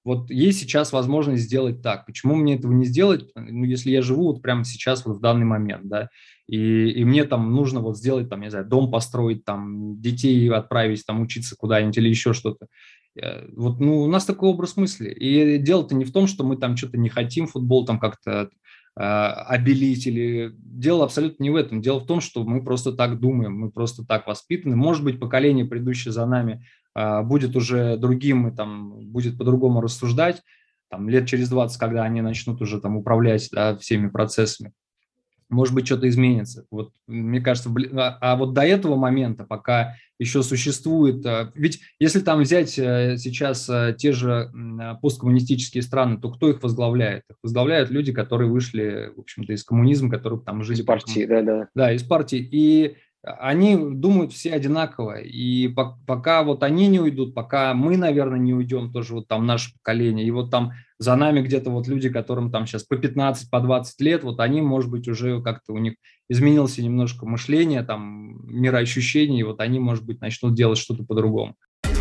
вот есть сейчас возможность сделать так. Почему мне этого не сделать, ну, если я живу вот прямо сейчас, вот в данный момент, да, и, и мне там нужно вот сделать, там, не знаю, дом построить, там, детей отправить, там, учиться куда-нибудь или еще что-то. Вот, ну, у нас такой образ мысли. И дело-то не в том, что мы там что-то не хотим футбол там как-то э, обелить, или дело абсолютно не в этом. Дело в том, что мы просто так думаем, мы просто так воспитаны. Может быть, поколение, предыдущее за нами, э, будет уже другим и там будет по-другому рассуждать, там, лет через двадцать, когда они начнут уже там управлять, да, всеми процессами. Может быть, что-то изменится. Вот, мне кажется, а, а вот до этого момента, пока еще существует... Ведь если там взять сейчас те же посткоммунистические страны, то кто их возглавляет? Их возглавляют люди, которые вышли, в общем-то, из коммунизма, которые там жили... Из партии, да-да. Да, из партии. И они думают все одинаково. И пока вот они не уйдут, пока мы, наверное, не уйдем, тоже вот там наше поколение, и вот там за нами где-то вот люди, которым там сейчас по пятнадцать, по двадцать лет, вот они, может быть, уже как-то у них изменилось немножко мышление, там, мироощущение, и вот они, может быть, начнут делать что-то по-другому.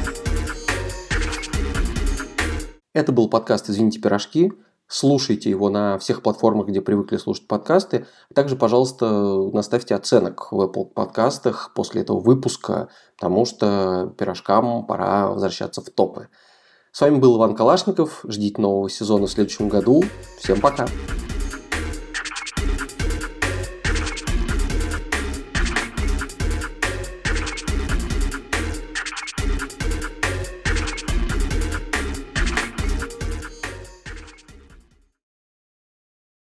Это был подкаст «Извините, пирожки». Слушайте его на всех платформах, где привыкли слушать подкасты. Также, пожалуйста, наставьте оценок в Apple подкастах после этого выпуска, потому что пирожкам пора возвращаться в топы. С вами был Иван Калашников. Ждите нового сезона в следующем году. Всем пока!